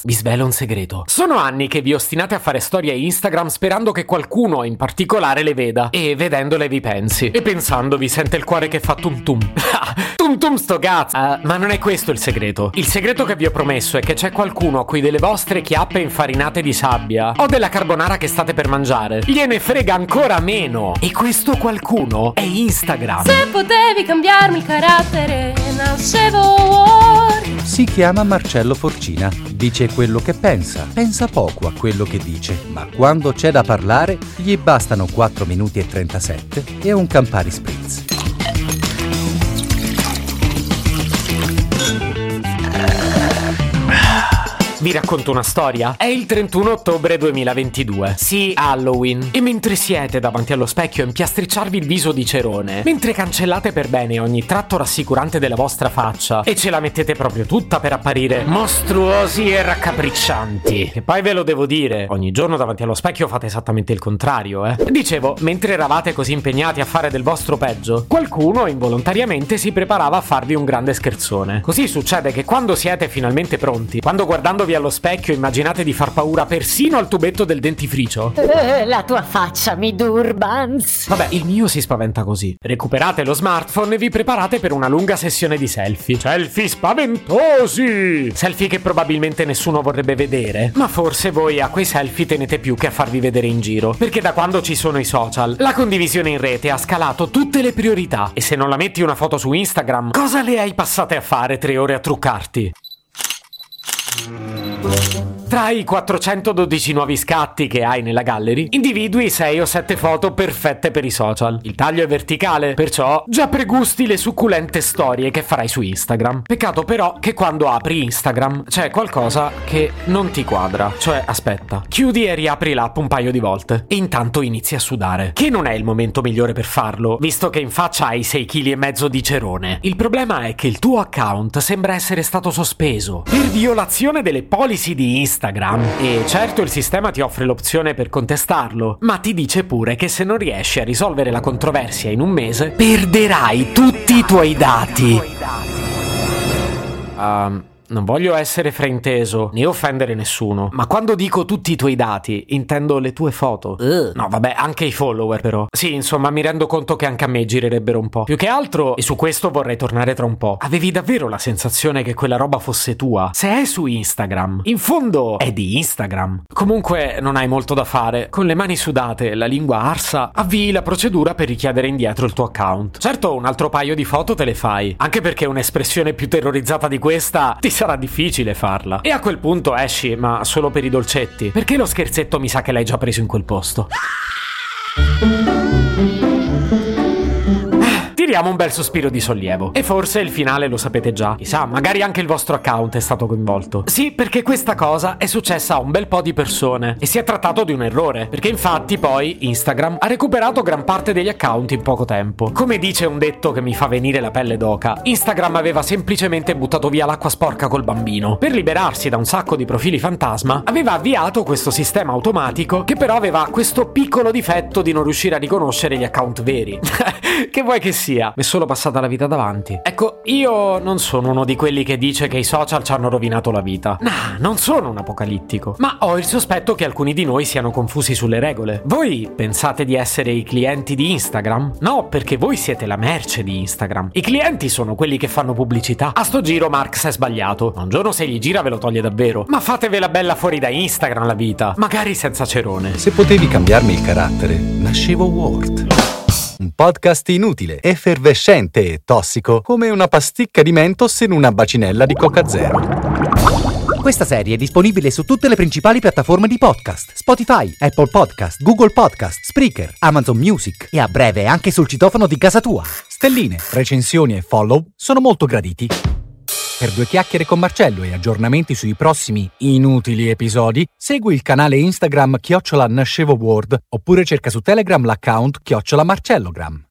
Vi svelo un segreto. Sono anni che vi ostinate a fare storie Instagram sperando che qualcuno in particolare le veda. E vedendole vi pensi. E pensando vi sente il cuore che fa tum tum. Tum tum sto cazzo. Ma non è questo il segreto. Il segreto che vi ho promesso è che c'è qualcuno a cui delle vostre chiappe infarinate di sabbia o della carbonara che state per mangiare gliene frega ancora meno. E questo qualcuno è Instagram. Se potevi cambiarmi il carattere, nascevo Word. Si chiama Marcello Forcina, dice quello che pensa poco a quello che dice, ma quando c'è da parlare gli bastano 4 minuti e 37 e un Campari Spritz. Vi racconto una storia. È il 31 ottobre 2022. Sì, Halloween. E mentre siete davanti allo specchio a impiastricciarvi il viso di cerone, mentre cancellate per bene ogni tratto rassicurante della vostra faccia e ce la mettete proprio tutta per apparire mostruosi e raccapriccianti. E poi ve lo devo dire, ogni giorno davanti allo specchio fate esattamente il contrario, Dicevo, mentre eravate così impegnati a fare del vostro peggio, qualcuno involontariamente si preparava a farvi un grande scherzone. Così succede che quando siete finalmente pronti, quando guardandovi allo specchio immaginate di far paura persino al tubetto del dentifricio. La tua faccia mi Durbans. Vabbè, il mio si spaventa così. Recuperate lo smartphone e vi preparate per una lunga sessione di selfie. Selfie spaventosi! Selfie che probabilmente nessuno vorrebbe vedere, ma forse voi a quei selfie tenete più che a farvi vedere in giro. Perché da quando ci sono i social, la condivisione in rete ha scalato tutte le priorità. E se non la metti una foto su Instagram, cosa le hai passate a fare 3 ore a truccarti? Tra i 412 nuovi scatti che hai nella gallery, individui 6 o 7 foto perfette per i social. Il taglio è verticale, perciò già pregusti le succulente storie che farai su Instagram. Peccato però che quando apri Instagram c'è qualcosa che non ti quadra. Cioè, aspetta, chiudi e riapri l'app un paio di volte e intanto inizi a sudare. Che non è il momento migliore per farlo, visto che in faccia hai 6,5 kg di cerone. Il problema è che il tuo account sembra essere stato sospeso per violazione delle policy di Instagram. E certo il sistema ti offre l'opzione per contestarlo, ma ti dice pure che se non riesci a risolvere la controversia in un mese, perderai tutti i tuoi dati. Non voglio essere frainteso né offendere nessuno, ma quando dico tutti i tuoi dati intendo le tue foto. No vabbè, anche i follower però. Sì, insomma, mi rendo conto che anche a me girerebbero un po'. Più che altro, e su questo vorrei tornare tra un po', avevi davvero la sensazione che quella roba fosse tua? Se è su Instagram, in fondo è di Instagram. Comunque non hai molto da fare. Con le mani sudate e la lingua arsa, avvii la procedura per richiedere indietro il tuo account. Certo, un altro paio di foto te le fai, anche perché un'espressione più terrorizzata di questa ti sarà difficile farla. E a quel punto esci, ma solo per i dolcetti, perché lo scherzetto mi sa che l'hai già preso in quel posto. Tiriamo un bel sospiro di sollievo. E forse il finale lo sapete già. Chissà, magari anche il vostro account è stato coinvolto. Sì, perché questa cosa è successa a un bel po' di persone e si è trattato di un errore, perché infatti poi Instagram ha recuperato gran parte degli account in poco tempo. Come dice un detto che mi fa venire la pelle d'oca, Instagram aveva semplicemente buttato via l'acqua sporca col bambino. Per liberarsi da un sacco di profili fantasma, aveva avviato questo sistema automatico che però aveva questo piccolo difetto di non riuscire a riconoscere gli account veri. Che vuoi che sia? Mi è solo passata la vita davanti. Ecco, io non sono uno di quelli che dice che i social ci hanno rovinato la vita. Nah, non sono un apocalittico, ma ho il sospetto che alcuni di noi siano confusi sulle regole. Voi pensate di essere i clienti di Instagram? No, perché voi siete la merce di Instagram. I clienti sono quelli che fanno pubblicità. A sto giro Marx è sbagliato. Un giorno se gli gira ve lo toglie davvero. Ma fatevela bella fuori da Instagram la vita, magari senza cerone. Se potevi cambiarmi il carattere, nascevo Word. Un podcast inutile, effervescente e tossico, come una pasticca di Mentos in una bacinella di Coca Zero. Questa serie è disponibile su tutte le principali piattaforme di podcast: Spotify, Apple Podcast, Google Podcast, Spreaker, Amazon Music e a breve anche sul citofono di casa tua. Stelline, recensioni e follow sono molto graditi. Per 2 chiacchiere con Marcello e aggiornamenti sui prossimi inutili episodi, segui il canale Instagram @NascevoWord oppure cerca su Telegram l'account @MarcelloGram.